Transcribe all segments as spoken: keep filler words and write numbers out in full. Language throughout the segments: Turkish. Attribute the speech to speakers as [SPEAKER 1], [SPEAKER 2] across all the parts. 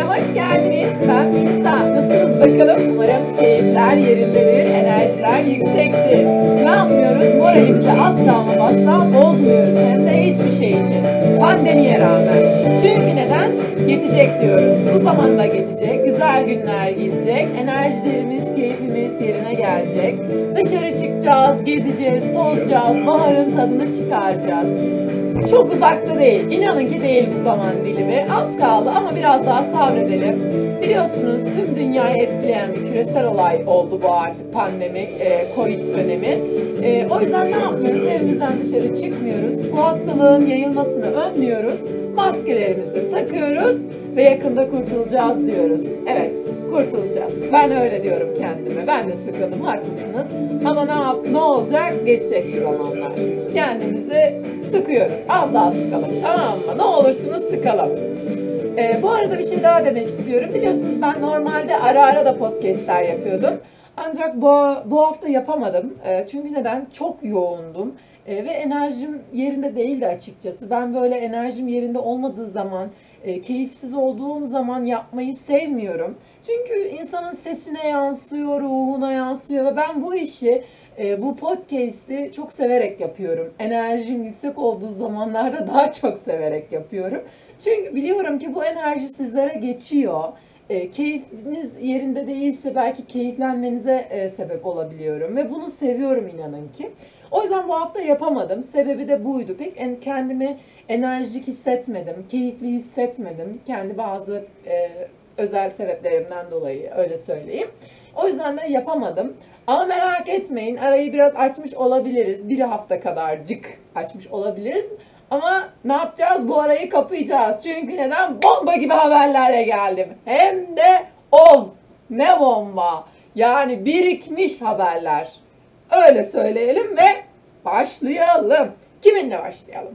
[SPEAKER 1] hoş geldiniz. Ben Melisa. Nasılsınız bakalım? Umarım keyifler yerindedir, enerjiler yüksektir. Ne yapmıyoruz? Moralimizi asla ama asla bozmuyoruz. Hem de hiçbir şey için. Pandemiye rağmen. Çünkü neden? Geçecek diyoruz. Bu zaman da geçecek. Güzel günler gelecek. Enerjilerimiz, keyfimiz yerine gelecek. Dışarı çıkacağız, gezeceğiz, tozacağız, baharın tadını çıkaracağız. Çok uzakta değil. İnanın ki değil bu zaman dilimi. Az kaldı ama biraz daha sabredelim. Biliyorsunuz tüm dünyayı etkileyen bir küresel olay oldu bu artık pandemi, e, Covid dönemi. E, o yüzden ne yapıyoruz? Evimizden dışarı çıkmıyoruz. Bu hastalığın yayılmasını önlüyoruz. Maskelerimizi takıyoruz ve yakında kurtulacağız diyoruz. Evet, kurtulacağız. Ben öyle diyorum kendime. Ben de sıkıldım, haklısınız. Ama ne yap, ne olacak? Geçecek bu zamanlar. Kendimizi sıkıyoruz. Az daha sıkalım, tamam mı? Ne olursunuz sıkalım. Ee, bu arada bir şey daha demek istiyorum. Biliyorsunuz ben normalde ara ara da podcastler yapıyordum. Ancak bu, bu hafta yapamadım. E, çünkü neden? Çok yoğundum. E, ve enerjim yerinde değildi açıkçası. Ben böyle enerjim yerinde olmadığı zaman, e, keyifsiz olduğum zaman yapmayı sevmiyorum. Çünkü insanın sesine yansıyor, ruhuna yansıyor ve ben bu işi, e, bu podcast'i çok severek yapıyorum. Enerjim yüksek olduğu zamanlarda daha çok severek yapıyorum. Çünkü biliyorum ki bu enerji sizlere geçiyor. E, keyfiniz yerinde değilse belki keyiflenmenize e, sebep olabiliyorum ve bunu seviyorum inanın ki. O yüzden bu hafta yapamadım. Sebebi de buydu. Pek en, kendimi enerjik hissetmedim, keyifli hissetmedim. Kendi bazı e, özel sebeplerimden dolayı öyle söyleyeyim. O yüzden de yapamadım. Ama merak etmeyin, arayı biraz açmış olabiliriz. Bir hafta kadarcık açmış olabiliriz. Ama ne yapacağız? Bu arayı kapayacağız. Çünkü neden? Bomba gibi haberlerle geldim. Hem de of! Ne bomba! Yani birikmiş haberler. Öyle söyleyelim ve başlayalım. Kiminle başlayalım?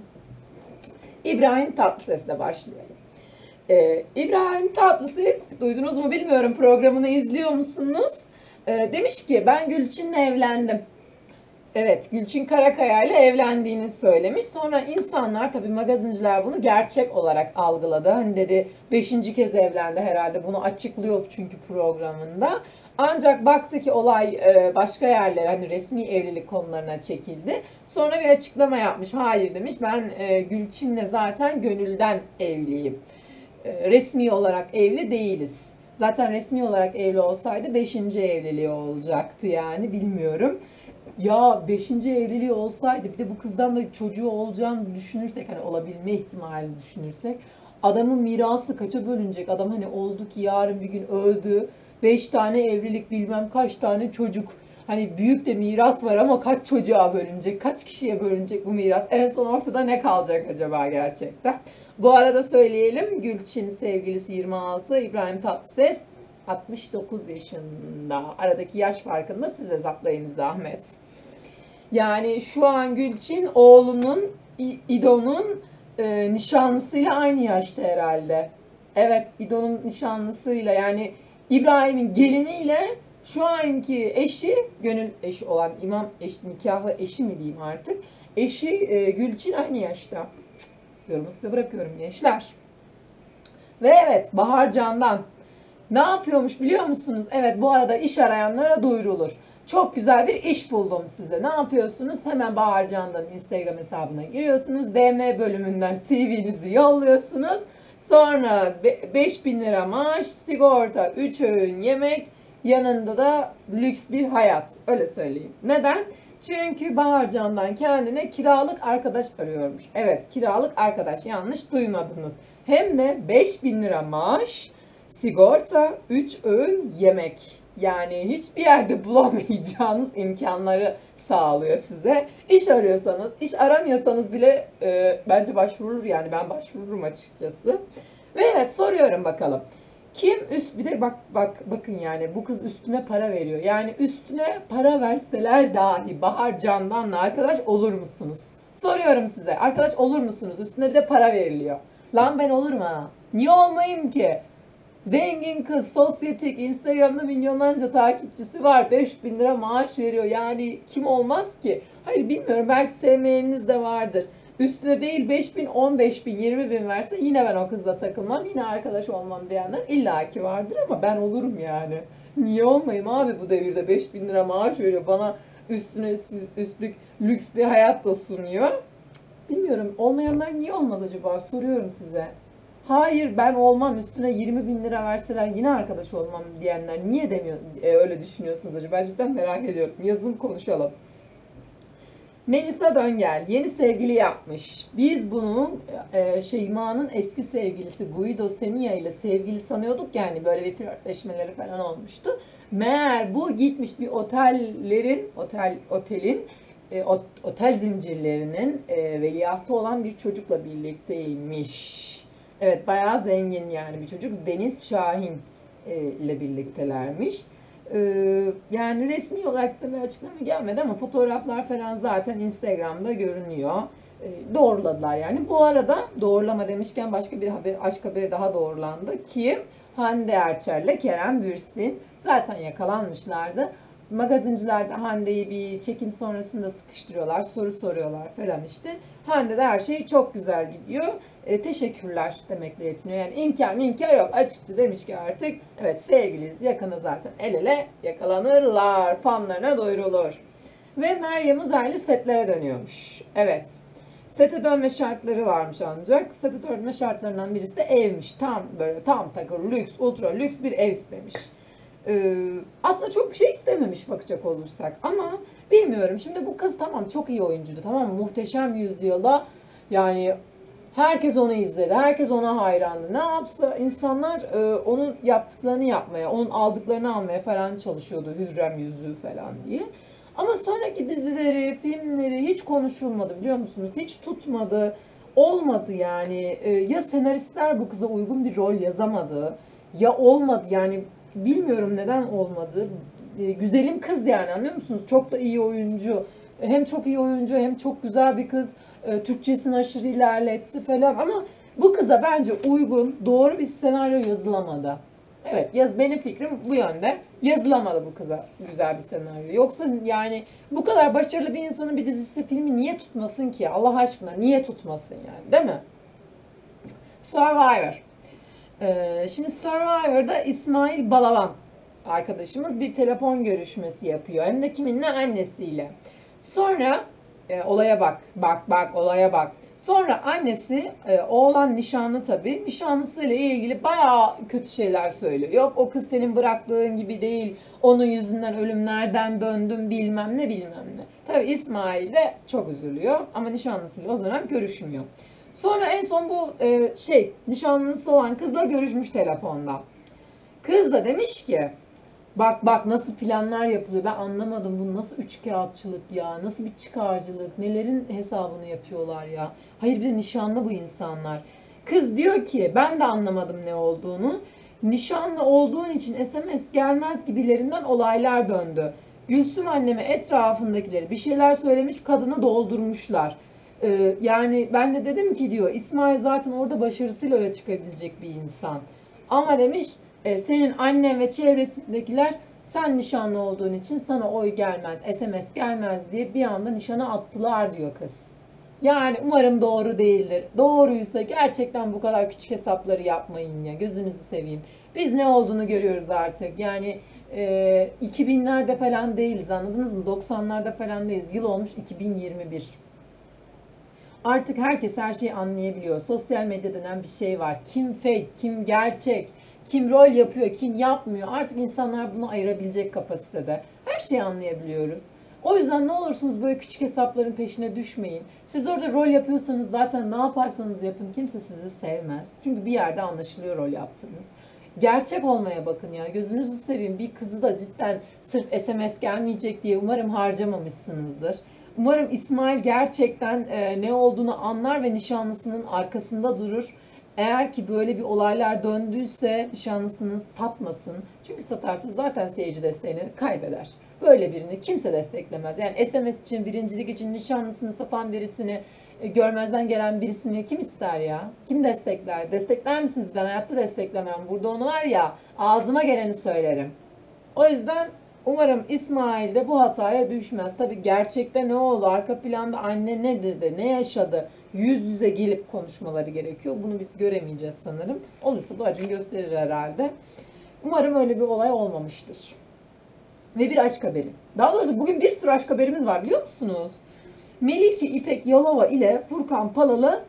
[SPEAKER 1] İbrahim Tatlıses'le başlayalım. Ee, İbrahim Tatlıses, duydunuz mu bilmiyorum, programını izliyor musunuz? Ee, demiş ki ben Gülçin'le evlendim. Evet, Gülçin Karakaya ile evlendiğini söylemiş. Sonra insanlar, tabii magazinciler bunu gerçek olarak algıladı. Hani dedi beşinci kez evlendi herhalde, bunu açıklıyor çünkü programında. Ancak baktı ki olay başka yerlere, hani resmi evlilik konularına çekildi. Sonra bir açıklama yapmış. Hayır demiş, ben Gülçin'le zaten gönülden evliyim. Resmi olarak evli değiliz. Zaten resmi olarak evli olsaydı beşinci evliliği olacaktı yani, bilmiyorum. Ya beşinci evliliği olsaydı, bir de bu kızdan da çocuğu olacağını düşünürsek, hani olabilme ihtimalini düşünürsek, adamın mirası kaça bölünecek? Adam hani oldu ki yarın bir gün öldü, beş tane evlilik, bilmem kaç tane çocuk. Hani büyük de miras var ama kaç çocuğa bölünecek, kaç kişiye bölünecek bu miras? En son ortada ne kalacak acaba gerçekten? Bu arada söyleyelim, Gülçin sevgilisi yirmi altı, İbrahim Tatlıses altmış dokuz yaşında. Aradaki yaş farkını da siz hesaplayın zahmet. Yani şu an Gülçin oğlunun, İdo'nun e, nişanlısıyla aynı yaşta herhalde. Evet, İdo'nun nişanlısıyla, yani İbrahim'in geliniyle şu anki eşi, gönül eşi olan imam eş, nikahlı eşi mi diyeyim artık, eşi e, Gülçin aynı yaşta. Yorumu size bırakıyorum gençler. Ve evet, Bahar Can'dan ne yapıyormuş biliyor musunuz? Evet, bu arada iş arayanlara duyurulur. Çok güzel bir iş buldum size. Ne yapıyorsunuz? Hemen Bahar Can'dan Instagram hesabına giriyorsunuz. D M bölümünden C V'nizi yolluyorsunuz. Sonra beş bin lira maaş, sigorta, üç öğün yemek, yanında da lüks bir hayat. Öyle söyleyeyim. Neden? Çünkü Bahar Can'dan kendine kiralık arkadaş arıyormuş. Evet, kiralık arkadaş, yanlış duymadınız. Hem de beş bin lira maaş, sigorta, üç öğün yemek. Yani hiçbir yerde bulamayacağınız imkanları sağlıyor size. İş arıyorsanız, iş aramıyorsanız bile e, bence başvurulur, yani ben başvururum açıkçası. Ve evet, soruyorum bakalım. Kim üst, bir de bak bak bakın, yani bu kız üstüne para veriyor. Yani üstüne para verseler dahi Bahar Can'danla arkadaş olur musunuz? Soruyorum size. Arkadaş olur musunuz? Üstüne bir de para veriliyor. Lan ben olurum ha. Niye olmayayım ki? Zengin kız, sosyetik, Instagram'da milyonlarca takipçisi var. beş bin lira maaş veriyor. Yani kim olmaz ki? Hayır, bilmiyorum, belki sevmeyeniniz de vardır. Üstüne değil beş bin, on beş bin, yirmi bin verse yine ben o kızla takılmam, yine arkadaş olmam diyenler illaki vardır ama ben olurum yani. Niye olmayayım abi, bu devirde beş bin lira maaş veriyor bana, üstüne üst, üstlük lüks bir hayat da sunuyor. Bilmiyorum, olmayanlar niye olmaz acaba, soruyorum size. Hayır ben olmam, üstüne yirmi bin lira verseler yine arkadaş olmam diyenler niye demiyor, e, öyle düşünüyorsunuz acaba? Ben cidden merak ediyorum. Yazın konuşalım. Melisa Döngel yeni sevgili yapmış. Biz bunu e, Şeyma'nın eski sevgilisi Guido Senia ile sevgili sanıyorduk, yani böyle bir flörtleşmeleri falan olmuştu. Meğer bu gitmiş bir otellerin, otel otelin e, otel zincirlerinin e, veliahtı olan bir çocukla birlikteymiş. Evet, bayağı zengin yani bir çocuk, Deniz Şahin e, ile birliktelermiş. Ee, yani resmi olarak size bir açıklama gelmedi ama fotoğraflar falan zaten Instagram'da görünüyor. Ee, doğruladılar yani. Bu arada doğrulama demişken başka bir haber, aşk haberi daha doğrulandı. Kim? Hande Erçel ile Kerem Bürsin zaten yakalanmışlardı. Magazinciler de Hande'yi bir çekim sonrasında sıkıştırıyorlar, soru soruyorlar falan işte. Hande de her şey çok güzel gidiyor. E, teşekkürler demekle yetiniyor. Yani inkar inkar yok. Açıkça demiş ki artık evet sevgiliyiz, yakında zaten el ele yakalanırlar. Fanlarına doyurulur. Ve Meryem Uzerli setlere dönüyormuş. Evet. Sete dönme şartları varmış ancak. Sete dönme şartlarından birisi de evmiş. Tam böyle tam takır lüks, ultra lüks bir ev istemiş. Ee, aslında çok bir şey istememiş bakacak olursak ama bilmiyorum. Şimdi bu kız tamam çok iyi oyuncuydu, tamam mı? Muhteşem Yüzyılda yani herkes onu izledi, herkes ona hayrandı. Ne yapsa insanlar e, onun yaptıklarını yapmaya, onun aldıklarını almaya falan çalışıyordu, Hürrem Yüzüğü falan diye. Ama sonraki dizileri, filmleri hiç konuşulmadı, biliyor musunuz? Hiç tutmadı, olmadı yani. E, ya senaristler bu kıza uygun bir rol yazamadı, ya olmadı yani. Bilmiyorum neden olmadı. E, güzelim kız yani, anlıyor musunuz? Çok da iyi oyuncu. Hem çok iyi oyuncu hem çok güzel bir kız. E, Türkçesini aşırı ilerletti falan ama bu kıza bence uygun, doğru bir senaryo yazılamadı. Evet, yaz, benim fikrim bu yönde. Yazılamadı bu kıza güzel bir senaryo. Yoksa yani bu kadar başarılı bir insanın bir dizisi, filmi niye tutmasın ki? Allah aşkına niye tutmasın yani, değil mi? Survivor. Ee, şimdi Survivor'da İsmail Balaban arkadaşımız bir telefon görüşmesi yapıyor. Hem de kiminle? Annesiyle. Sonra e, olaya bak, bak bak olaya bak. Sonra annesi, e, oğlan nişanlı tabii, nişanlısıyla ilgili bayağı kötü şeyler söylüyor. Yok o kız senin bıraktığın gibi değil, onun yüzünden ölümlerden döndüm bilmem ne bilmem ne. Tabii İsmail de çok üzülüyor ama nişanlısıyla o zaman görüşmüyor. Sonra en son bu e, şey nişanlısı olan kızla görüşmüş telefonda. Kız da demiş ki bak bak nasıl planlar yapılıyor, ben anlamadım, bu nasıl üçkağıtçılık ya, nasıl bir çıkarcılık, nelerin hesabını yapıyorlar ya. Hayır bir de nişanlı bu insanlar. Kız diyor ki ben de anlamadım ne olduğunu. Nişanlı olduğun için S M S gelmez gibilerinden olaylar döndü. Gülsüm anneme etrafındakileri bir şeyler söylemiş, kadını doldurmuşlar. Ee, yani ben de dedim ki diyor İsmail zaten orada başarısıyla öyle çıkabilecek bir insan. Ama demiş e, senin annen ve çevresindekiler sen nişanlı olduğun için sana oy gelmez, S M S gelmez diye bir anda nişana attılar diyor kız. Yani umarım doğru değildir. Doğruysa gerçekten bu kadar küçük hesapları yapmayın ya. Gözünüzü seveyim. Biz ne olduğunu görüyoruz artık. Yani e, iki binlerde falan değiliz, anladınız mı? doksanlarda falan değiliz. Yıl olmuş iki bin yirmi bir. Artık herkes her şeyi anlayabiliyor. Sosyal medya denen bir şey var. Kim fake, kim gerçek, kim rol yapıyor, kim yapmıyor. Artık insanlar bunu ayırabilecek kapasitede. Her şeyi anlayabiliyoruz. O yüzden ne olursunuz böyle küçük hesapların peşine düşmeyin. Siz orada rol yapıyorsanız zaten ne yaparsanız yapın kimse sizi sevmez. Çünkü bir yerde anlaşılıyor rol yaptığınız. Gerçek olmaya bakın ya. Gözünüzü seveyim. Bir kızı da cidden sırf S M S gelmeyecek diye umarım harcamamışsınızdır. Umarım İsmail gerçekten e, ne olduğunu anlar ve nişanlısının arkasında durur. Eğer ki böyle bir olaylar döndüyse nişanlısını satmasın. Çünkü satarsa zaten seyirci desteğini kaybeder. Böyle birini kimse desteklemez. Yani S M S için, birincilik için nişanlısını satan birisini, e, görmezden gelen birisini kim ister ya? Kim destekler? Destekler misiniz? Ben hayatta desteklemem. Burada onu var ya, ağzıma geleni söylerim. O yüzden Umarım İsmail de bu hataya düşmez. Tabii gerçekte ne oldu? Arka planda anne ne dedi? Ne yaşadı? Yüz yüze gelip konuşmaları gerekiyor. Bunu biz göremeyeceğiz sanırım. Olursa da Acun gösterir herhalde. Umarım öyle bir olay olmamıştır. Ve bir aşk haberi. Daha doğrusu bugün bir sürü aşk haberimiz var biliyor musunuz? Melike İpek Yalova ile Furkan Palalı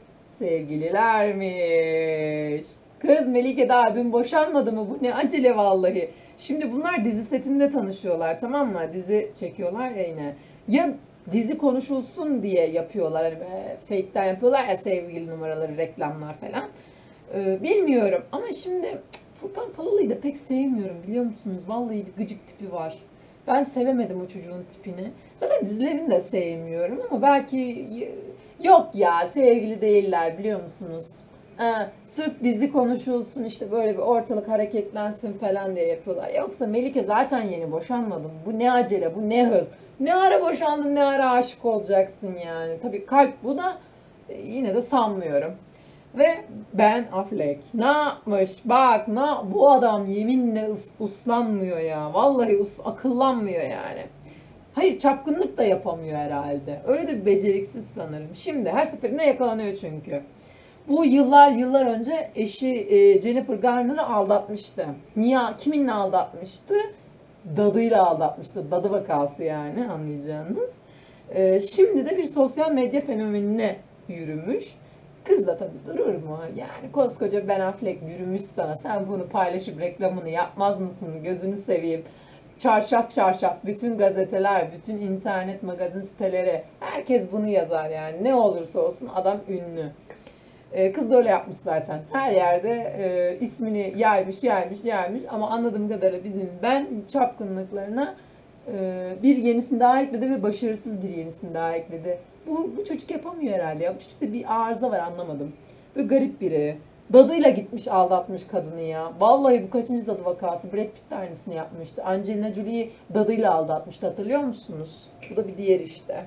[SPEAKER 1] sevgililermiş. Kız Melike daha dün boşanmadı mı? Bu ne acele vallahi. Şimdi bunlar dizi setinde tanışıyorlar, tamam mı? Dizi çekiyorlar ya yine. Ya dizi konuşulsun diye yapıyorlar. Hani be, fake'ten yapıyorlar ya sevgili numaraları, reklamlar falan. Ee, bilmiyorum ama şimdi Furkan Palalı'yı da pek sevmiyorum biliyor musunuz? Vallahi bir gıcık tipi var. Ben sevemedim o çocuğun tipini. Zaten dizilerini de sevmiyorum ama belki yok ya sevgili değiller biliyor musunuz? Ha, sırf dizi konuşulsun işte böyle bir ortalık hareketlensin falan diye yapıyorlar. Yoksa Melike zaten yeni boşanmadım. Bu ne acele, bu ne hız. Ne ara boşandın, ne ara aşık olacaksın yani. Tabii kalp bu da e, yine de sanmıyorum. Ve Ben Affleck ne yapmış? Bak na bu adam yeminle us, uslanmıyor ya. Vallahi us, akıllanmıyor yani. Hayır çapkınlık da yapamıyor herhalde. Öyle de bir beceriksiz sanırım. Şimdi her seferinde yakalanıyor çünkü. Bu yıllar yıllar önce eşi e, Jennifer Garner'ı aldatmıştı. Niye? Kiminle aldatmıştı? Dadıyla aldatmıştı. Dadı vakası yani anlayacağınız. E, şimdi de bir sosyal medya fenomenine yürümüş. Kız da tabii durur mu? Yani koskoca Ben Affleck yürümüş sana. Sen bunu paylaşıp reklamını yapmaz mısın? Gözünü seveyim. Çarşaf çarşaf bütün gazeteler, bütün internet magazin siteleri herkes bunu yazar yani. Ne olursa olsun adam ünlü. Ee, kız da öyle yapmış zaten. Her yerde e, ismini yaymış, yaymış, yaymış. Ama anladığım kadarıyla bizim Ben çapkınlıklarına e, bir yenisini daha ekledi ve başarısız bir yenisini daha ekledi. Bu, bu çocuk yapamıyor herhalde ya. Bu çocukta bir arıza var anlamadım. Böyle garip biri. Dadıyla gitmiş aldatmış kadını ya. Vallahi bu kaçıncı dadı vakası? Brad Pitt de aynısını yapmıştı. Angelina Jolie'yi dadıyla aldatmıştı hatırlıyor musunuz? Bu da bir diğer işte.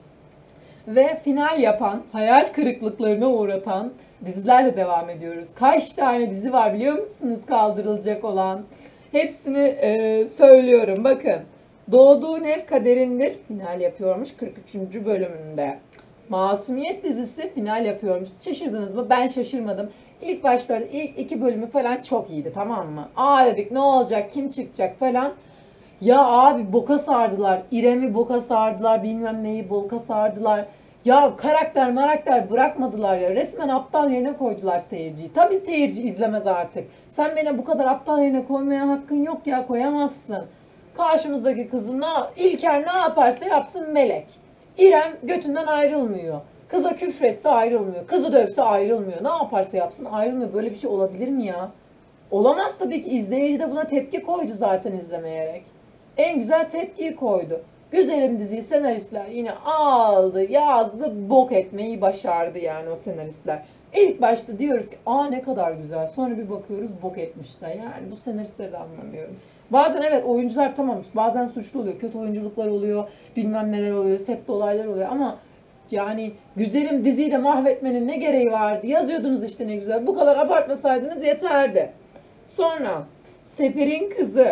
[SPEAKER 1] Ve final yapan, hayal kırıklıklarına uğratan dizilerle devam ediyoruz. Kaç tane dizi var biliyor musunuz kaldırılacak olan? Hepsini e, söylüyorum bakın. Doğduğun Ev Kaderindir final yapıyormuş kırk üçüncü bölümünde. Masumiyet dizisi final yapıyormuş. Şaşırdınız mı? Ben şaşırmadım. İlk başlarda ilk iki bölümü falan çok iyiydi tamam mı? Aa dedik ne olacak, kim çıkacak falan. Ya abi boka sardılar. İrem'i boka sardılar. Bilmem neyi boka sardılar. Ya karakter marakter bırakmadılar ya. Resmen aptal yerine koydular seyirciyi. Tabii seyirci izlemez artık. Sen beni bu kadar aptal yerine koymaya hakkın yok ya. Koyamazsın. Karşımızdaki kızı ne, İlker ne yaparsa yapsın melek. İrem götünden ayrılmıyor. Kıza küfretse ayrılmıyor. Kızı dövse ayrılmıyor. Ne yaparsa yapsın ayrılmıyor. Böyle bir şey olabilir mi ya? Olamaz tabii ki. İzleyici de buna tepki koydu zaten izlemeyerek. En güzel tepkiyi koydu. Güzelim diziyi senaristler yine aldı, yazdı, bok etmeyi başardı yani o senaristler. İlk başta diyoruz ki aa ne kadar güzel. Sonra bir bakıyoruz bok etmişler. Yani bu senaristleri de anlamıyorum. Bazen evet oyuncular tamam bazen suçlu oluyor. Kötü oyunculuklar oluyor. Bilmem neler oluyor. Sette olaylar oluyor ama yani güzelim diziyi de mahvetmenin ne gereği vardı? Yazıyordunuz işte ne güzel. Bu kadar abartmasaydınız yeterdi. Sonra Sefer'in kızı.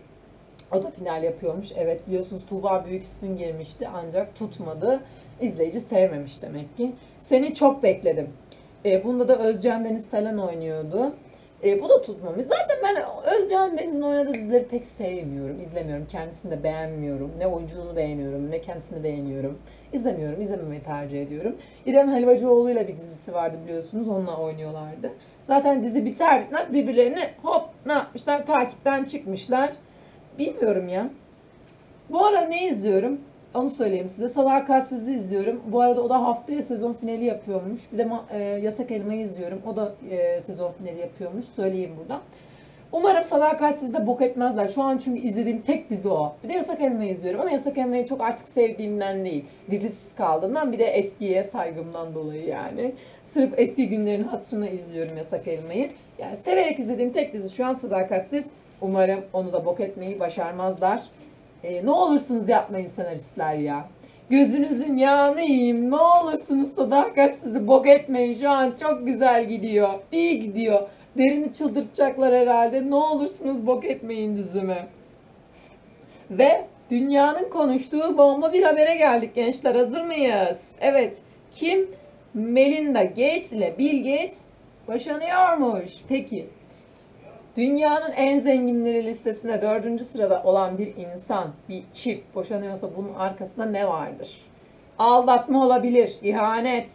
[SPEAKER 1] O da final yapıyormuş. Evet biliyorsunuz Tuğba Büyüküstün girmişti ancak tutmadı. İzleyici sevmemiş demek ki. Seni çok bekledim. E, bunda da Özcan Deniz falan oynuyordu. E, bu da tutmamış. Zaten ben Özcan Deniz'in oynadığı dizileri pek sevmiyorum. İzlemiyorum. Kendisini de beğenmiyorum. Ne oyunculuğunu beğeniyorum ne kendisini beğeniyorum. İzlemiyorum. İzlememeyi tercih ediyorum. İrem Helvacıoğlu'yla bir dizisi vardı biliyorsunuz. Onunla oynuyorlardı. Zaten dizi biter bitmez birbirlerini hop ne yapmışlar? Takipten çıkmışlar. Bilmiyorum ya. Bu ara ne izliyorum? Onu söyleyeyim size. Sadakatsiz'i izliyorum. Bu arada o da haftaya sezon finali yapıyormuş. Bir de e, Yasak Elma'yı izliyorum. O da e, sezon finali yapıyormuş. Söyleyeyim burada. Umarım Sadakatsiz'de bok etmezler. Şu an çünkü izlediğim tek dizi o. Bir de Yasak Elma'yı izliyorum. Ama Yasak Elma'yı çok artık sevdiğimden değil. Dizisiz kaldığımdan bir de eskiye saygımdan dolayı yani. Sırf eski günlerin hatırına izliyorum Yasak Elma'yı. Yani severek izlediğim tek dizi şu an Sadakatsiz. Umarım onu da bok etmeyi başarmazlar. E, ne olursunuz yapmayın senaristler ya. Gözünüzün yağını yiyeyim. Ne olursunuz Sadakatsiz'i bok etmeyin. Şu an çok güzel gidiyor. İyi gidiyor. Derini çıldırtacaklar herhalde. Ne olursunuz bok etmeyin dizimi. Ve dünyanın konuştuğu bomba bir habere geldik gençler. Hazır mıyız? Evet. Kim? Melinda Gates ile Bill Gates boşanıyormuş. Peki. Dünyanın en zenginleri listesinde dördüncü sırada olan bir insan, bir çift boşanıyorsa bunun arkasında ne vardır? Aldatma olabilir, ihanet,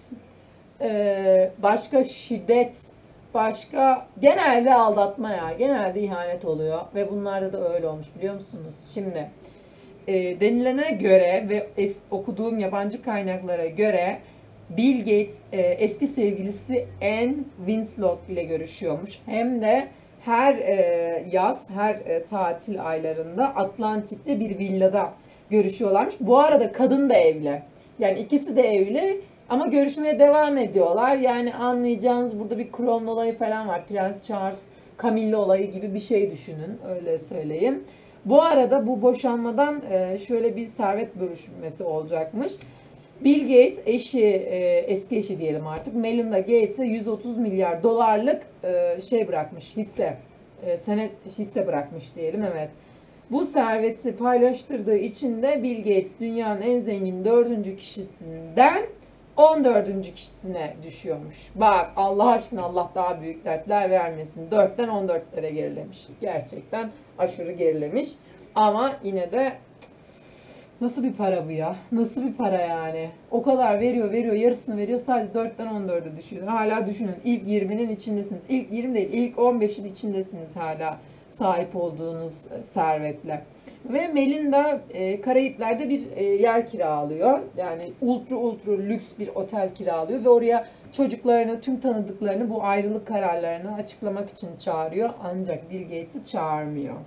[SPEAKER 1] başka şiddet, başka genelde aldatma ya, genelde ihanet oluyor ve bunlarda da öyle olmuş biliyor musunuz? Şimdi e, denilene göre ve es, okuduğum yabancı kaynaklara göre Bill Gates e, eski sevgilisi Anne Winslow ile görüşüyormuş. Hem de her e, yaz, her e, tatil aylarında Atlantik'te bir villada görüşüyorlarmış. Bu arada kadın da evli. Yani ikisi de evli ama görüşmeye devam ediyorlar. Yani anlayacağınız burada bir Cromwell olayı falan var. Prens Charles, Camilla olayı gibi bir şey düşünün. Öyle söyleyeyim. Bu arada bu boşanmadan e, şöyle bir servet bölüşmesi olacakmış. Bill Gates eşi, e, eski eşi diyelim artık, Melinda Gates'e yüz otuz milyar dolarlık e, şey bırakmış, hisse, e, senet hisse bırakmış diyelim, evet. Bu serveti paylaştırdığı için de Bill Gates dünyanın en zengin dördüncü kişisinden on dördüncü kişisine düşüyormuş. Bak Allah aşkına, Allah daha büyük dertler vermesin. dörtten on dörtlere gerilemiş. Gerçekten aşırı gerilemiş. Ama yine de nasıl bir para bu ya? Nasıl bir para yani? O kadar veriyor veriyor, yarısını veriyor, sadece dörtten on dörde düşüyor. Hala düşünün, ilk yirminin içindesiniz. İlk yirmi değil, ilk on beşin içindesiniz hala sahip olduğunuz servetle. Ve Melinda e, Karayipler'de bir e, yer kiralıyor. Yani ultra ultra lüks bir otel kiralıyor ve oraya çocuklarını, tüm tanıdıklarını bu ayrılık kararlarını açıklamak için çağırıyor. Ancak Bill Gates'i çağırmıyor.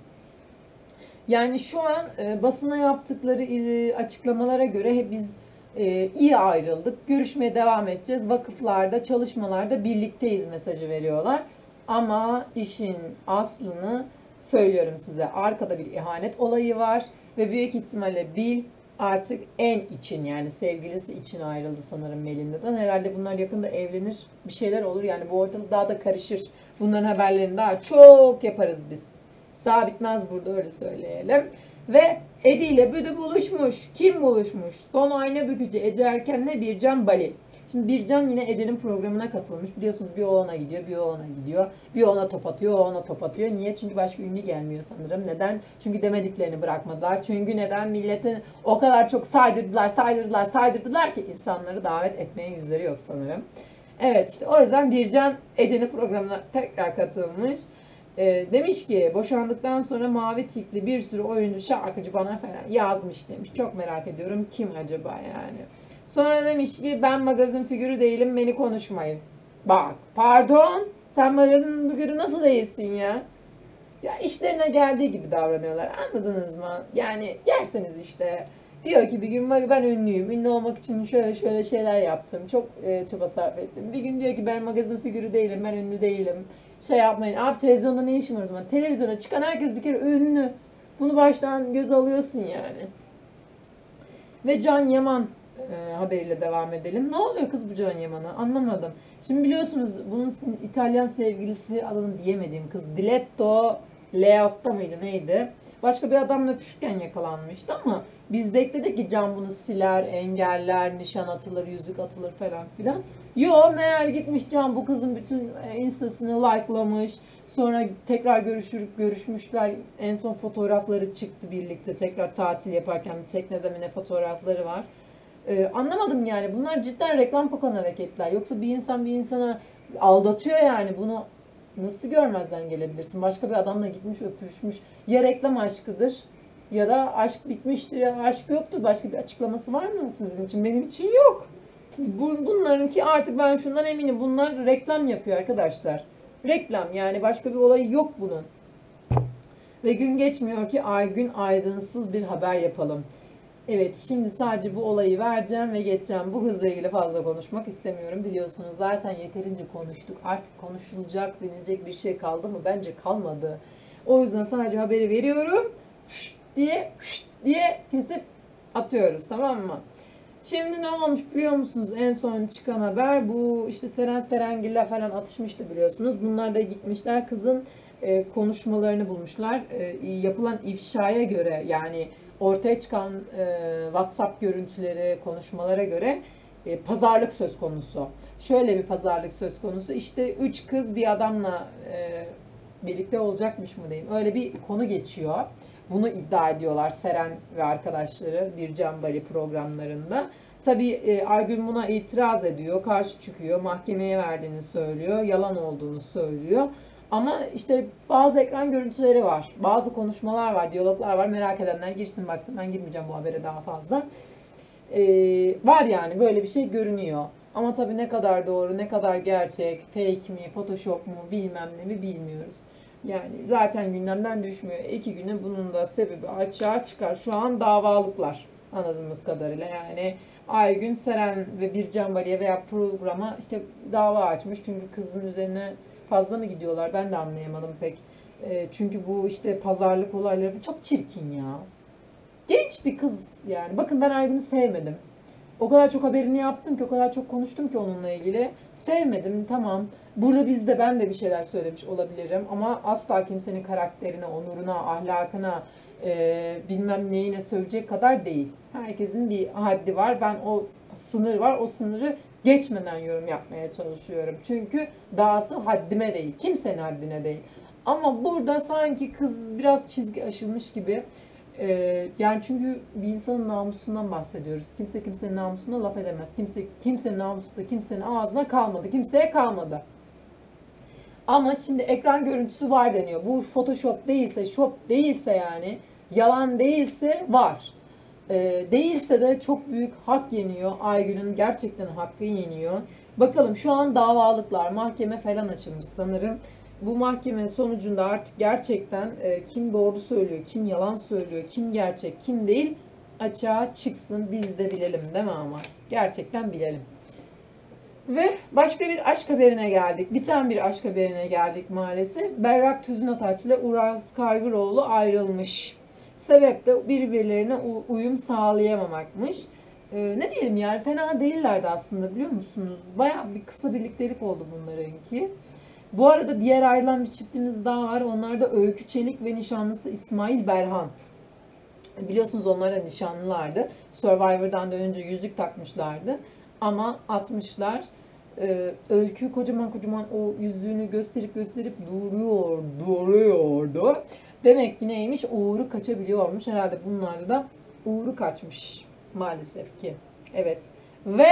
[SPEAKER 1] Yani şu an e, basına yaptıkları e, açıklamalara göre hep biz e, iyi ayrıldık, görüşmeye devam edeceğiz, vakıflarda, çalışmalarda birlikteyiz mesajı veriyorlar. Ama işin aslını söylüyorum size, arkada bir ihanet olayı var ve büyük ihtimalle Bill artık en için, yani sevgilisi için ayrıldı sanırım Melinda'dan. Herhalde bunlar yakında evlenir, bir şeyler olur, yani bu ortalık daha da karışır. Bunların haberlerini daha çok yaparız biz. Daha bitmez burada, öyle söyleyelim. Ve Edi ile Büdü buluşmuş. Kim buluşmuş? Son ayna bükücü Ece Erken'le Bircan Bali. Şimdi Bircan yine Ece'nin programına katılmış. Biliyorsunuz bir o ona gidiyor, bir o ona gidiyor. Bir ona top atıyor, o ona top atıyor. Niye? Çünkü başka ünlü gelmiyor sanırım. Neden? Çünkü demediklerini bırakmadılar. Çünkü neden? Milletin o kadar çok saydırdılar, saydırdılar, saydırdılar ki insanları davet etmeye yüzleri yok sanırım. Evet, işte o yüzden Bircan Ece'nin programına tekrar katılmış. E, demiş ki boşandıktan sonra mavi tikli bir sürü oyuncu, şarkıcı bana falan yazmış demiş. Çok merak ediyorum kim acaba yani. Sonra demiş ki ben magazin figürü değilim, beni konuşmayın. Bak pardon, sen magazin figürü nasıl değilsin ya? Ya işlerine geldiği gibi davranıyorlar, anladınız mı? Yani yerseniz işte. Diyor ki bir gün ben ünlüyüm, ünlü olmak için şöyle şöyle şeyler yaptım, çok e, çaba sarf ettim. Bir gün diyor ki ben magazin figürü değilim, ben ünlü değilim. Şey yapmayın, abi televizyonda ne işin var o zaman? Televizyona çıkan herkes bir kere ünlü. Bunu baştan göze alıyorsun yani. Ve Can Yaman e, haberiyle devam edelim. Ne oluyor kız bu Can Yaman'a? Anlamadım. Şimdi biliyorsunuz bunun İtalyan sevgilisi, adını diyemediğim kız Diletto Leotta mıydı neydi? Başka bir adamla öpüşürken yakalanmıştı ama biz bekledik ki Can bunu siler, engeller, nişan atılır, yüzük atılır falan filan. Yo, meğer gitmiş Can bu kızın bütün instasını likelamış. Sonra tekrar görüşür, görüşmüşler. En son fotoğrafları çıktı birlikte. Tekrar tatil yaparken bir teknede mi ne fotoğrafları var. Ee, anlamadım yani. Bunlar cidden reklam kokan hareketler. Yoksa bir insan bir insana aldatıyor yani. Bunu nasıl görmezden gelebilirsin? Başka bir adamla gitmiş, öpüşmüş. Ya reklam aşkıdır ya da aşk bitmiştir ya aşk yoktur. Başka bir açıklaması var mı sizin için? Benim için yok. Bu, bunlarınki artık ben şundan eminim. Bunlar reklam yapıyor arkadaşlar. Reklam yani, başka bir olayı yok bunun. Ve gün geçmiyor ki ay gün aydınsız bir haber yapalım. Evet, şimdi sadece bu olayı vereceğim ve geçeceğim. Bu kızla ilgili fazla konuşmak istemiyorum. Biliyorsunuz zaten yeterince konuştuk. Artık konuşulacak, denilecek bir şey kaldı mı? Bence kalmadı. O yüzden sadece haberi veriyorum diye diye kesip atıyoruz, tamam mı? Şimdi ne olmuş biliyor musunuz? En son çıkan haber bu, işte Seren Serengil'le falan atışmıştı biliyorsunuz. Bunlar da gitmişler kızın e, konuşmalarını bulmuşlar. E, yapılan ifşaya göre, yani ortaya çıkan e, WhatsApp görüntüleri, konuşmalara göre e, pazarlık söz konusu. Şöyle bir pazarlık söz konusu. İşte üç kız bir adamla e, birlikte olacakmış mı diyeyim. Öyle bir konu geçiyor. Bunu iddia ediyorlar Seren ve arkadaşları Bircan Bali programlarında. Tabii e, Aygün buna itiraz ediyor, karşı çıkıyor, mahkemeye verdiğini söylüyor, yalan olduğunu söylüyor. Ama işte bazı ekran görüntüleri var, bazı konuşmalar var, diyaloglar var. Merak edenler girsin baksın, ben girmeyeceğim bu habere daha fazla. Ee, var yani, böyle bir şey görünüyor. Ama tabii ne kadar doğru, ne kadar gerçek, fake mi, photoshop mu, bilmem ne mi bilmiyoruz. Yani zaten gündemden düşmüyor. İki güne bunun da sebebi açığa çıkar. Şu an davalıklar anladığımız kadarıyla. Yani Aygün, Seren ve Bircan Bali'ye veya programa işte dava açmış. Çünkü kızın üzerine fazla mı gidiyorlar, ben de anlayamadım pek. E, çünkü bu işte pazarlık olayları çok çirkin ya. Genç bir kız yani. Bakın, ben Aygün'ü sevmedim. O kadar çok haberini yaptım ki, o kadar çok konuştum ki onunla ilgili. Sevmedim, tamam. Burada biz de, ben de bir şeyler söylemiş olabilirim. Ama asla kimsenin karakterine, onuruna, ahlakına, e, bilmem neyine sövecek kadar değil. Herkesin bir haddi var. Ben o sınır var. O sınırı geçmeden yorum yapmaya çalışıyorum. Çünkü dahası haddime değil. Kimsenin haddine değil. Ama burada sanki kız biraz çizgi aşılmış gibi. Ee, yani çünkü bir insanın namusundan bahsediyoruz. Kimse kimsenin namusuna laf edemez. Kimse kimsenin namusu da kimsenin ağzına kalmadı. Kimseye kalmadı. Ama şimdi ekran görüntüsü var deniyor. Bu Photoshop değilse, shop değilse, yani yalan değilse var. Ee, değilse de çok büyük hak yeniyor. Aygün'ün gerçekten hakkı yeniyor. Bakalım, şu an davalıklar, mahkeme falan açılmış sanırım. Bu mahkeme sonucunda artık gerçekten e, kim doğru söylüyor, kim yalan söylüyor, kim gerçek, kim değil açığa çıksın. Biz de bilelim, değil mi ama? Gerçekten bilelim. Ve başka bir aşk haberine geldik. Biten bir aşk haberine geldik maalesef. Berrak Tüzünataç ile Uraz Kaygıroğlu ayrılmış. Sebep de birbirlerine uyum sağlayamamakmış. Ee, ne diyelim yani, fena değillerdi aslında, biliyor musunuz? Bayağı bir kısa birliktelik oldu bunlarınki. Bu arada diğer ayrılan bir çiftimiz daha var. Onlar da Öykü Çelik ve nişanlısı İsmail Berhan. Biliyorsunuz onlar da nişanlılardı. Survivor'dan dönünce yüzük takmışlardı. Ama atmışlar. Ee, Öykü kocaman kocaman o yüzüğünü gösterip gösterip duruyor, duruyordu. Demek ki neymiş? Uğur'u kaçabiliyormuş. Herhalde bunlarda da Uğur'u kaçmış maalesef ki. Evet. Ve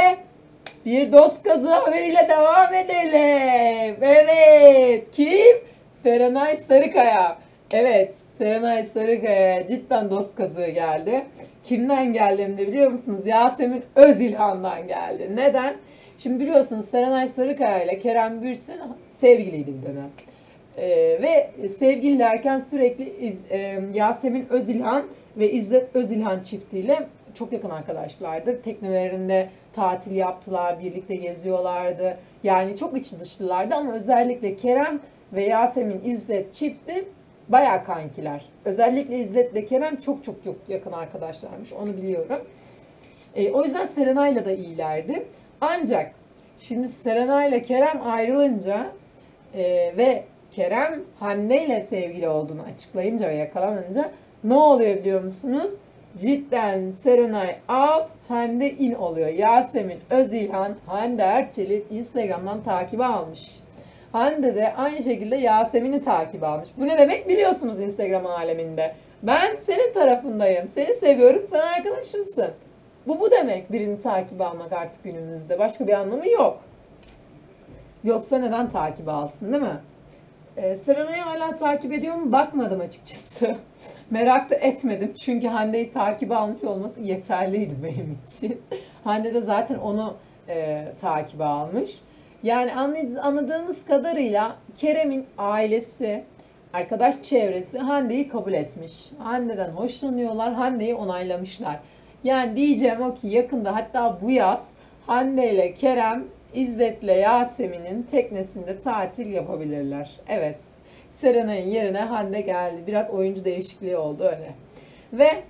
[SPEAKER 1] bir dost kazığı haberiyle devam edelim. Evet. Kim? Serenay Sarıkaya. Evet. Serenay Sarıkaya cidden dost kazığı geldi. Kimden geldi hem de biliyor musunuz? Yasemin Özilhan'dan geldi. Neden? Şimdi biliyorsunuz Serenay Sarıkaya ile Kerem Bürsin sevgiliydi bir dönem. Ee, ve sevgililerken sürekli İz, e, Yasemin Özilhan ve İzzet Özilhan çiftiyle çok yakın arkadaşlardı. Teknelerinde tatil yaptılar, birlikte geziyorlardı. Yani çok içi dışlılardı ama özellikle Kerem ve Yasemin İzzet çifti bayağı kankiler. Özellikle İzzet ile Kerem çok çok çok yakın arkadaşlarmış, onu biliyorum. E, o yüzden Serenay'la da iyilerdi. Ancak şimdi Serenay ile Kerem ayrılınca e, ve Kerem Hande ile sevgili olduğunu açıklayınca ve yakalanınca ne oluyor biliyor musunuz? Cidden Serenay out, Hande in oluyor. Yasemin Özilhan Hande Erçel'i Instagram'dan takibe almış. Hande de aynı şekilde Yasemin'i takip almış. Bu ne demek biliyorsunuz Instagram aleminde. Ben senin tarafındayım, seni seviyorum, sen arkadaşımsın. Bu bu demek, birini takip almak artık günümüzde. Başka bir anlamı yok. Yoksa neden takip alsın, değil mi? Ee, Serenay'ı hala takip ediyor mu? Bakmadım açıkçası. Merak da etmedim. Çünkü Hande'yi takip almış olması yeterliydi benim için. Hande de zaten onu e, takibe almış. Yani anladığımız kadarıyla Kerem'in ailesi, arkadaş çevresi Hande'yi kabul etmiş. Hande'den hoşlanıyorlar, Hande'yi onaylamışlar. Yani diyeceğim o ki yakında, hatta bu yaz Hande ile Kerem İzzet'le Yasemin'in teknesinde tatil yapabilirler. Evet, Serenay'ın yerine Hande geldi. Biraz oyuncu değişikliği oldu öyle. Ve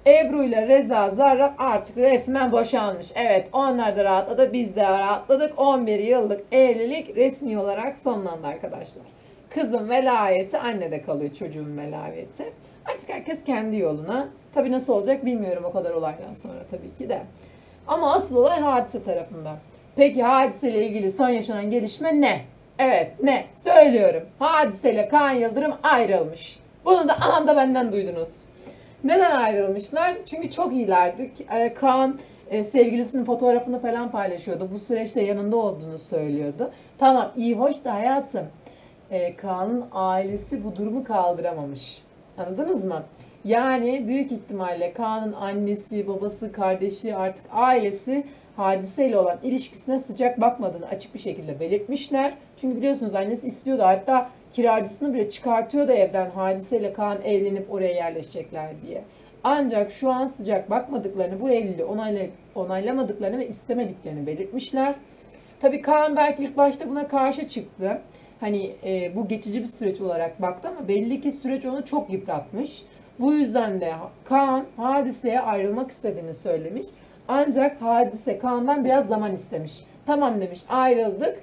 [SPEAKER 1] Ebru ile Reza Zarrab artık resmen boşanmış. Evet, onlar da rahatladı, biz de rahatladık. on bir yıllık evlilik resmi olarak sonlandı arkadaşlar. Kızın velayeti annede kalıyor, çocuğun velayeti. Artık herkes kendi yoluna. Tabii nasıl olacak bilmiyorum o kadar olaydan sonra tabii ki de. Ama asıl olay Hadise tarafında. Peki Hadise ile ilgili son yaşanan gelişme ne? Evet, ne? Söylüyorum. Hadise ile Kaan Yıldırım ayrılmış. Bunu da anda benden duydunuz. Neden ayrılmışlar? Çünkü çok iyilerdi. Kaan e, sevgilisinin fotoğrafını falan paylaşıyordu. Bu süreçte yanında olduğunu söylüyordu. Tamam, iyi hoş da hayatım. E, Kaan'ın ailesi bu durumu kaldıramamış. Anladınız mı? Yani büyük ihtimalle Kaan'ın annesi, babası, kardeşi, artık ailesi Hadiseyle olan ilişkisine sıcak bakmadığını açık bir şekilde belirtmişler. Çünkü biliyorsunuz annesi istiyordu. Hatta kiracısını bile çıkartıyordu evden, Hadiseyle Kaan evlenip oraya yerleşecekler diye. Ancak şu an sıcak bakmadıklarını, bu evliliği onayla, onaylamadıklarını ve istemediklerini belirtmişler. Tabii Kaan belki ilk başta buna karşı çıktı. Hani e, bu geçici bir süreç olarak baktı ama belli ki süreç onu çok yıpratmış. Bu yüzden de Kaan Hadise'ye ayrılmak istediğini söylemiş. Ancak Hadise Kaan'dan biraz zaman istemiş. Tamam demiş, ayrıldık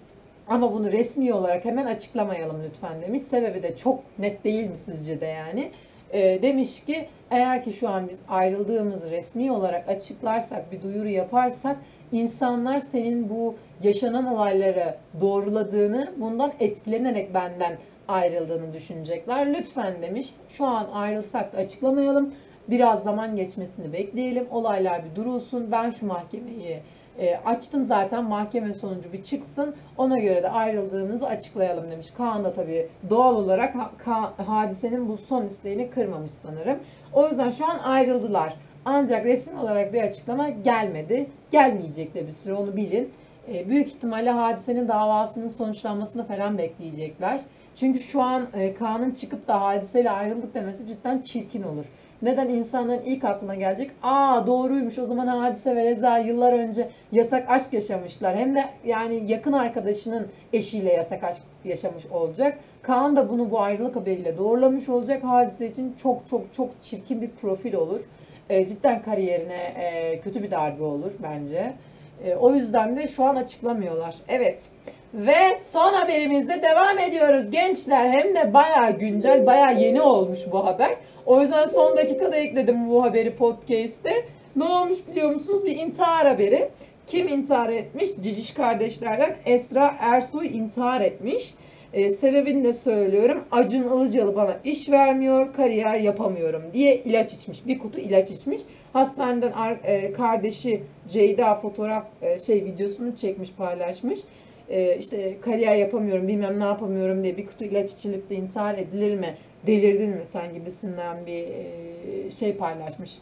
[SPEAKER 1] ama bunu resmi olarak hemen açıklamayalım lütfen demiş. Sebebi de çok net değil mi sizce de yani? E, demiş ki eğer ki şu an biz ayrıldığımızı resmi olarak açıklarsak, bir duyuru yaparsak insanlar senin bu yaşanan olayları doğruladığını, bundan etkilenerek benden ayrıldığını düşünecekler. Lütfen demiş, şu an ayrılsak da açıklamayalım. Biraz zaman geçmesini bekleyelim. Olaylar bir durulsun. Ben şu mahkemeyi e, açtım zaten. Mahkeme sonucu bir çıksın. Ona göre de ayrıldığımızı açıklayalım demiş. Kaan da tabii doğal olarak ha, Hadise'nin bu son isteğini kırmamış sanırım. O yüzden şu an ayrıldılar. Ancak resmi olarak bir açıklama gelmedi. Gelmeyecek de bir süre, onu bilin. E, büyük ihtimalle Hadise'nin davasının sonuçlanmasını falan bekleyecekler. Çünkü şu an e, Kaan'ın çıkıp da Hadise'yle ayrıldık demesi cidden çirkin olur. Neden? İnsanların ilk aklına gelecek, aa doğruymuş, o zaman Hadise ve Reza yıllar önce yasak aşk yaşamışlar. Hem de yani yakın arkadaşının eşiyle yasak aşk yaşamış olacak. Kaan da bunu bu ayrılık haberiyle doğrulamış olacak. Hadise için çok çok çok çirkin bir profil olur. E, cidden kariyerine e, kötü bir darbe olur bence. E, o yüzden de şu an açıklamıyorlar. Evet. Ve son haberimizde devam ediyoruz gençler. Hem de bayağı güncel, bayağı yeni olmuş bu haber. O yüzden son dakikada ekledim bu haberi podcast'te. Ne olmuş biliyor musunuz? Bir intihar haberi. Kim intihar etmiş? Ciciş kardeşlerden Esra Ersoy intihar etmiş. E, sebebini de söylüyorum. Acun Ilıcalı bana iş vermiyor, kariyer yapamıyorum diye ilaç içmiş. Bir kutu ilaç içmiş. Hastaneden e, kardeşi Ceyda fotoğraf e, şey videosunu çekmiş, paylaşmış. E, işte kariyer yapamıyorum, bilmem ne yapamıyorum diye bir kutu ilaç içilip de intihar edilir mi? Delirdin mi sen gibisinden bir e, şey paylaşmış.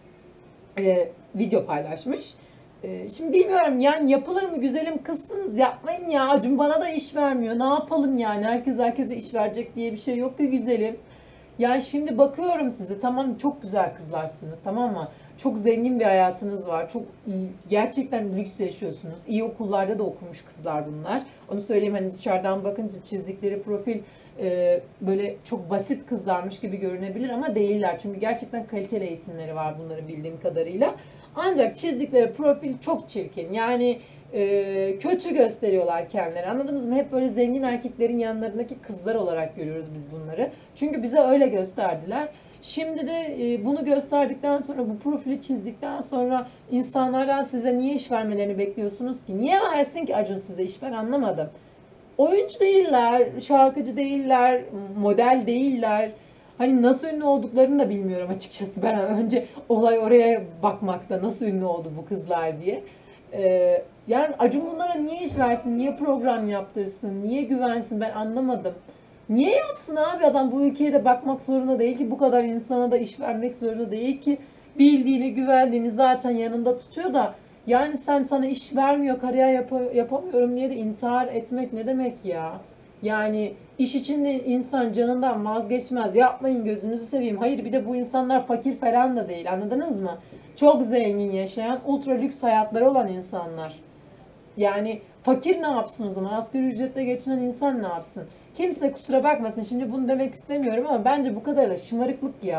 [SPEAKER 1] E, video paylaşmış. Şimdi bilmiyorum yani, yapılır mı güzelim, kızsınız yapmayın ya, Acun bana da iş vermiyor, ne yapalım yani, herkes herkese iş verecek diye bir şey yok ki güzelim. Yani şimdi bakıyorum size, tamam çok güzel kızlarsınız, tamam mı? Çok zengin bir hayatınız var, çok gerçekten lüks yaşıyorsunuz, iyi okullarda da okumuş kızlar bunlar. Onu söyleyeyim, hani dışarıdan bakınca çizdikleri profil e, böyle çok basit kızlarmış gibi görünebilir ama değiller. Çünkü gerçekten kaliteli eğitimleri var bunların bildiğim kadarıyla. Ancak çizdikleri profil çok çirkin. Yani e, kötü gösteriyorlar kendileri. Anladınız mı? Hep böyle zengin erkeklerin yanlarındaki kızlar olarak görüyoruz biz bunları. Çünkü bize öyle gösterdiler. Şimdi de e, bunu gösterdikten sonra, bu profili çizdikten sonra insanlardan size niye iş vermelerini bekliyorsunuz ki? Niye versin ki Acun size iş, ben anlamadım. Oyuncu değiller, şarkıcı değiller, model değiller. Hani nasıl ünlü olduklarını da bilmiyorum açıkçası. Ben önce olay oraya bakmakta, nasıl ünlü oldu bu kızlar diye. Ee, yani Acun bunlara niye iş versin, niye program yaptırsın, niye güvensin, ben anlamadım. Niye yapsın abi, adam bu ülkeye de bakmak zorunda değil ki, bu kadar insana da iş vermek zorunda değil ki. Bildiğini, güvendiğini zaten yanında tutuyor da, yani sen, sana iş vermiyor, kariyer yap- yapamıyorum diye de intihar etmek ne demek ya? Yani iş için de insan canından vazgeçmez. Yapmayın, gözünüzü seveyim. Hayır, bir de bu insanlar fakir falan da değil, anladınız mı? Çok zengin yaşayan, ultra lüks hayatları olan insanlar. Yani fakir ne yapsın o zaman? Asgari ücretle geçinen insan ne yapsın? Kimse kusura bakmasın, şimdi bunu demek istemiyorum ama bence bu kadar da şımarıklık ya.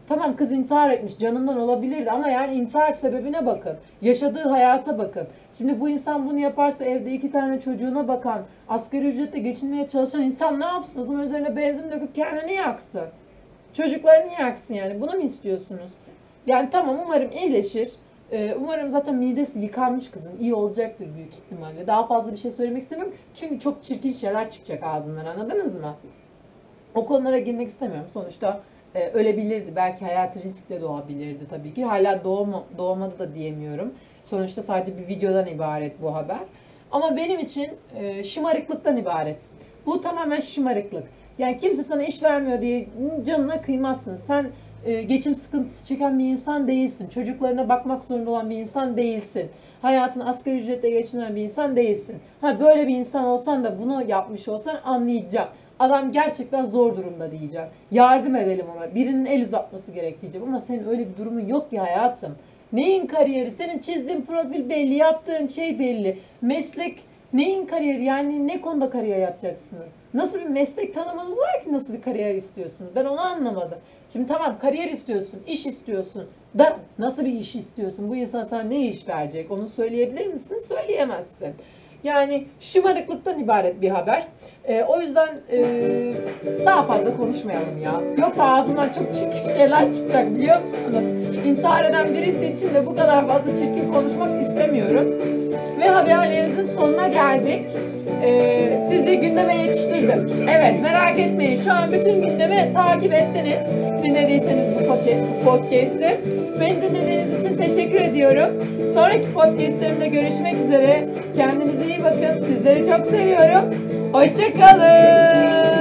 [SPEAKER 1] Tamam, kız intihar etmiş, canından olabilirdi ama yani intihar sebebine bakın. Yaşadığı hayata bakın. Şimdi bu insan bunu yaparsa evde iki tane çocuğuna bakan, asgari ücretle geçinmeye çalışan insan ne yapsın? O zaman üzerine benzin döküp kendini yaksın. Çocuklarını yaksın yani. Bunu mu istiyorsunuz? Yani tamam, umarım iyileşir. Ee, umarım zaten midesi yıkanmış kızın. İyi olacaktır büyük ihtimalle. Daha fazla bir şey söylemek istemiyorum. Çünkü çok çirkin şeyler çıkacak ağzından, anladınız mı? O konulara girmek istemiyorum. Sonuçta e, ölebilirdi. Belki hayatı riskle doğabilirdi tabii ki. Hala doğma, doğmadı da diyemiyorum. Sonuçta sadece bir videodan ibaret bu haber. Ama benim için e, şımarıklıktan ibaret. Bu tamamen şımarıklık. Yani kimse sana iş vermiyor diye canına kıymazsın. Sen e, geçim sıkıntısı çeken bir insan değilsin. Çocuklarına bakmak zorunda olan bir insan değilsin. Hayatını asgari ücretle geçinen bir insan değilsin. Ha, böyle bir insan olsan da bunu yapmış olsan anlayacağım. Adam gerçekten zor durumda diyeceğim. Yardım edelim ona. Birinin el uzatması gerek diyeceğim. Ama senin öyle bir durumun yok ki hayatım. Neyin kariyeri? Senin çizdiğin profil belli, yaptığın şey belli. Meslek neyin kariyeri? Yani ne konuda kariyer yapacaksınız? Nasıl bir meslek tanımınız var ki nasıl bir kariyer istiyorsunuz? Ben onu anlamadım. Şimdi tamam, kariyer istiyorsun, iş istiyorsun. Da nasıl bir iş istiyorsun? Bu insan sana ne iş verecek? Onu söyleyebilir misin? Söyleyemezsin. Yani şımarıklıktan ibaret bir haber. Ee, o yüzden e, daha fazla konuşmayalım ya. Yoksa ağzımdan çok çirkin şeyler çıkacak, biliyor musunuz? İntihar eden birisi için de bu kadar fazla çirkin konuşmak istemiyorum. Ve haberlerimizin sonuna geldik. Ee, sizi gündeme yetiştirdim. Evet, merak etmeyin. Şu an bütün gündemi takip ettiniz. Dinlediyseniz bu podcast'i. Beni dinlediğiniz için teşekkür ediyorum. Sonraki podcastlerimde görüşmek üzere. Kendinize iyi bakın. Sizleri çok seviyorum. Hoşça kalın.